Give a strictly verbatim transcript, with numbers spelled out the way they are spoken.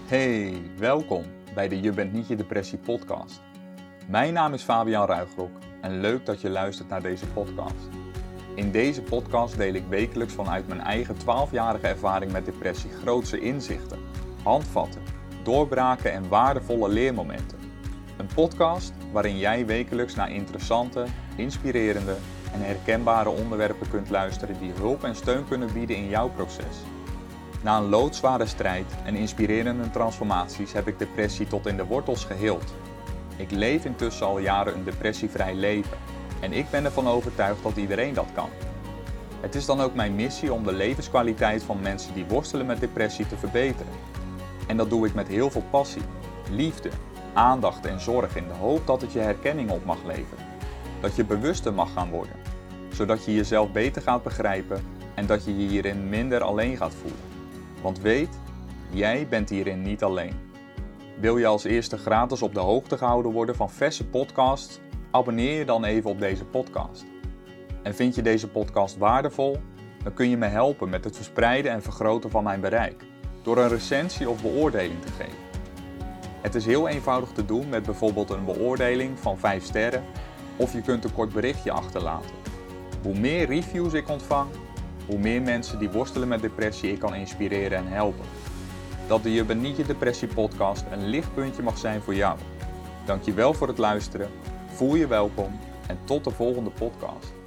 Hey, welkom bij de Je bent niet je depressie podcast. Mijn naam is Fabian Ruigrok en leuk dat je luistert naar deze podcast. In deze podcast deel ik wekelijks vanuit mijn eigen twaalfjarige ervaring met depressie grootse inzichten, handvatten, doorbraken en waardevolle leermomenten. Een podcast waarin jij wekelijks naar interessante, inspirerende en herkenbare onderwerpen kunt luisteren die hulp en steun kunnen bieden in jouw proces. Na een loodzware strijd en inspirerende transformaties heb ik depressie tot in de wortels geheeld. Ik leef intussen al jaren een depressievrij leven en ik ben ervan overtuigd dat iedereen dat kan. Het is dan ook mijn missie om de levenskwaliteit van mensen die worstelen met depressie te verbeteren. En dat doe ik met heel veel passie, liefde, aandacht en zorg in de hoop dat het je herkenning op mag leveren. Dat je bewuster mag gaan worden, zodat je jezelf beter gaat begrijpen en dat je je hierin minder alleen gaat voelen. Want weet, jij bent hierin niet alleen. Wil je als eerste gratis op de hoogte gehouden worden van verse podcasts? Abonneer je dan even op deze podcast. En vind je deze podcast waardevol? Dan kun je me helpen met het verspreiden en vergroten van mijn bereik, door een recensie of beoordeling te geven. Het is heel eenvoudig te doen met bijvoorbeeld een beoordeling van vijf sterren, of je kunt een kort berichtje achterlaten. Hoe meer reviews ik ontvang, hoe meer mensen die worstelen met depressie ik kan inspireren en helpen. Dat de Je bent niet je depressie podcast een lichtpuntje mag zijn voor jou. Dankjewel voor het luisteren, voel je welkom en tot de volgende podcast.